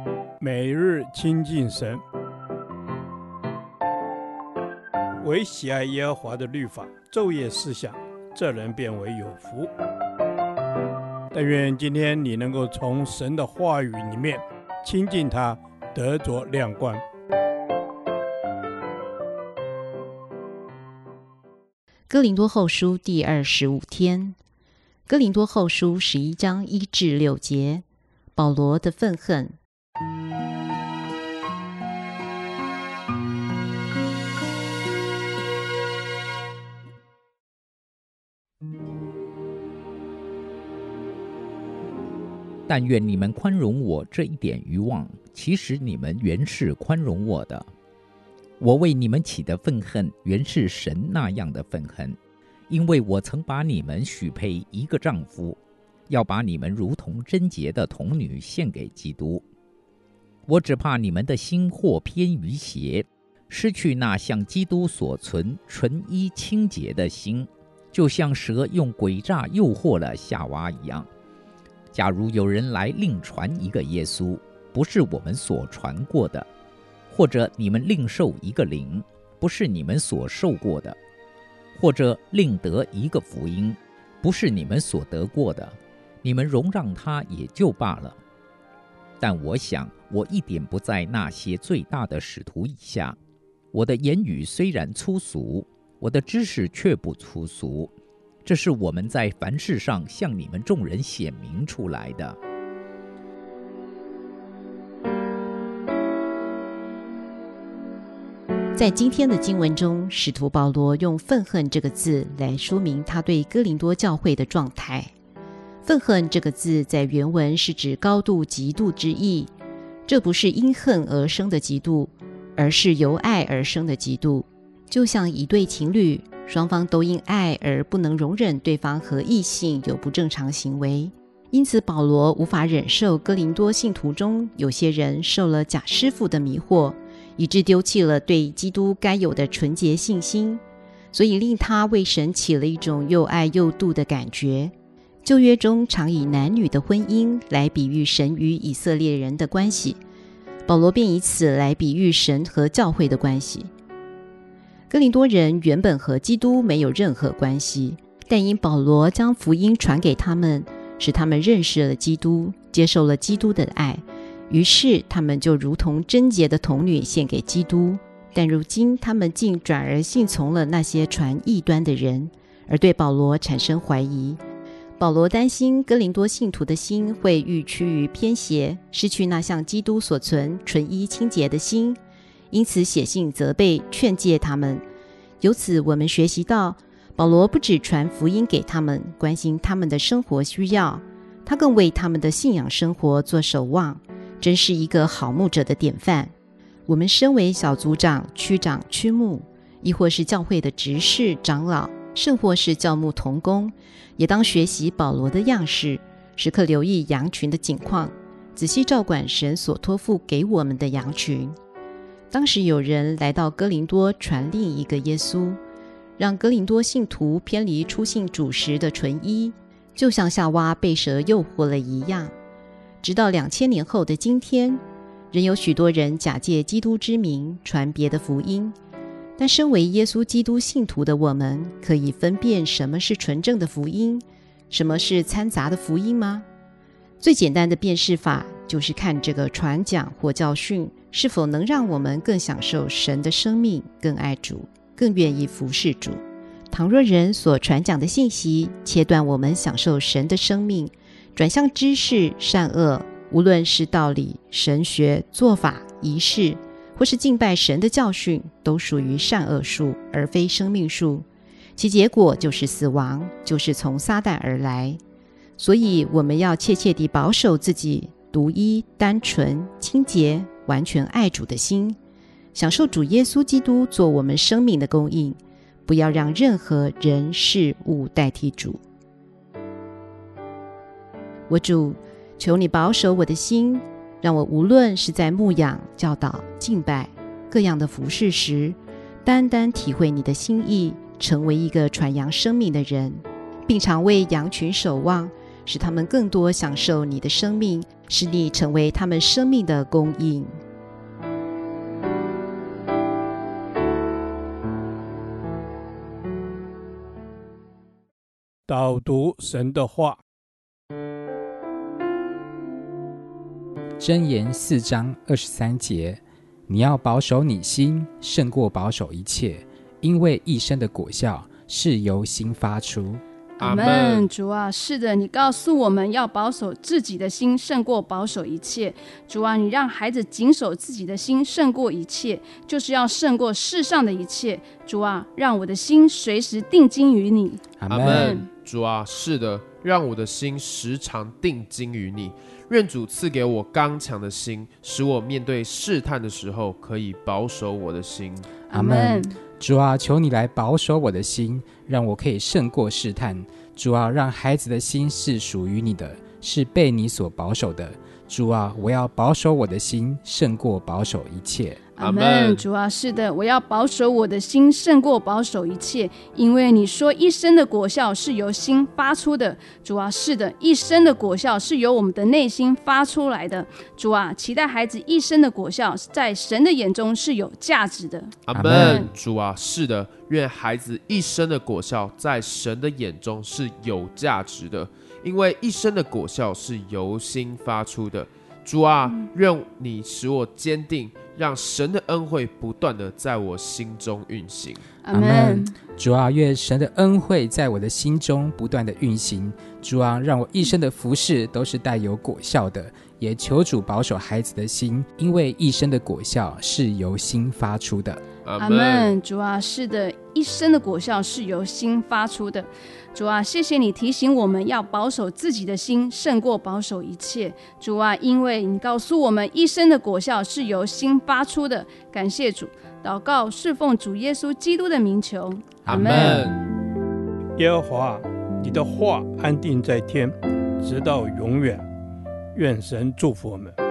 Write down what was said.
每日亲近神，唯喜爱耶和华的律法，昼夜思想，这人变为有福。但愿今天你能够从神的话语里面亲近他，得着亮光。 哥林多后书第25天，哥林多后书11章1至6节，保罗的愤恨。 但愿你们宽容我这一点愚妄，其实你们原是宽容我的。我为你们起的愤恨，原是神那样的愤恨，因为我曾把你们许配一个丈夫，要把你们如同贞洁的童女献给基督。我只怕你们的心或偏于邪，失去那像基督所存纯一清洁的心，就像蛇用诡诈诱惑了夏娃一样。假如有人来另传一个耶稣，不是我们所传过的，或者你们另受一个灵，不是你们所受过的，或者另得一个福音，不是你们所得过的，你们容让他也就罢了。但我想，我一点不在那些最大的使徒以下。我的言语虽然粗俗，我的知识却不粗俗，这是我们在凡事上向你们众人显明出来的。 在今天的经文中，使徒保罗用愤恨这个字来说明他对哥林多教会的状态。愤恨这个字在原文是指高度嫉妒之意，这不是因恨而生的嫉妒，而是由爱而生的嫉妒。就像一对情侣，双方都因爱而不能容忍对方和异性有不正常行为，因此保罗无法忍受哥林多信徒中有些人受了假师傅的迷惑，以致丢弃了对基督该有的纯洁信心，所以令他为神起了一种又爱又妒的感觉。旧约中常以男女的婚姻来比喻神与以色列人的关系，保罗便以此来比喻神和教会的关系。哥林多人原本和基督没有任何关系，但因保罗将福音传给他们，使他们认识了基督，接受了基督的爱，于是他们就如同贞洁的童女献给基督。但如今他们竟转而信从了那些传异端的人，而对保罗产生怀疑。保罗担心哥林多信徒的心会愈趋于偏邪，失去那像基督所存纯一清洁的心，因此写信责备劝诫他们。由此我们学习到，保罗不只传福音给他们，关心他们的生活需要，他更为他们的信仰生活做守望，真是一个好牧者的典范。我们身为小组长、区长、区牧，亦或是教会的执事、长老，甚或是教牧同工，也当学习保罗的样式，时刻留意羊群的景况，仔细照管神所托付给我们的羊群。当时有人来到哥林多传另一个耶稣，让哥林多信徒偏离初信主时的纯一，就像夏娃被蛇诱惑了一样。直到2000年后的今天，仍有许多人假借基督之名传别的福音，但身为耶稣基督信徒的我们，可以分辨什么是纯正的福音，什么是掺杂的福音吗？最简单的辨识法就是看这个传讲或教训是否能让我们更享受神的生命，更爱主，更愿意服侍主。倘若人所传讲的信息切断我们享受神的生命，转向知识、善恶，无论是道理、神学、做法、仪式，或是敬拜神的教训，都属于善恶树，而非生命树，其结果就是死亡，就是从撒旦而来。所以我们要切切地保守自己独一、单纯、清洁、完全爱主的心，享受主耶稣基督做我们生命的供应，不要让任何人事物代替主。我主，求你保守我的心，让我无论是在牧养、教导、敬拜各样的服事时，单单体会你的心意，成为一个传扬生命的人，并常为羊群守望，使他们更多享受你的生命， 使你成为他们生命的供应。 导读神的话， 箴言4章23节，你要保守你心，胜过保守一切，因为一生的果效是由心发出。 阿们。主啊，是的，你告诉我们要保守自己的心，胜过保守一切。主啊，你让孩子谨守自己的心，胜过一切，就是要胜过世上的一切。主啊，让我的心随时定睛于你。 阿阿们。主啊，是的，让我的心时常定睛于你。愿主赐给我刚强的心，使我面对试探的时候可以保守我的心。 阿们。主啊，求你来保守我的心，让我可以胜过试探。主啊，让孩子的心是属于你的，是被你所保守的。主啊，我要保守我的心，胜过保守一切。 阿们。主啊，是的，我要保守我的心，胜过保守一切，因为你说一生的果效是由心发出的。主啊，是的，一生的果效是由我们的内心发出来的。主啊，期待孩子一生的果效在神的眼中是有价值的。 阿们。主啊，是的，愿孩子一生的果效在神的眼中是有价值的，因为一生的果效是由心发出的。主啊，愿你使我坚定，让神的恩惠不断的在我心中运行。 阿们。 主啊，愿神的恩惠在我的心中不断的运行。主啊，让我一生的服事都是带有果效的，也求主保守孩子的心，因为一生的果效是由心发出的。 阿们。主啊，是的，一生的果效是由心发出的。主啊，谢谢你提醒我们要保守自己的心，胜过保守一切。主啊，因为你告诉我们一生的果效是由心发出的。感谢主，祷告侍奉主耶稣基督的名求。 阿们。 耶和华，你的话安定在天，直到永远。愿神祝福我们。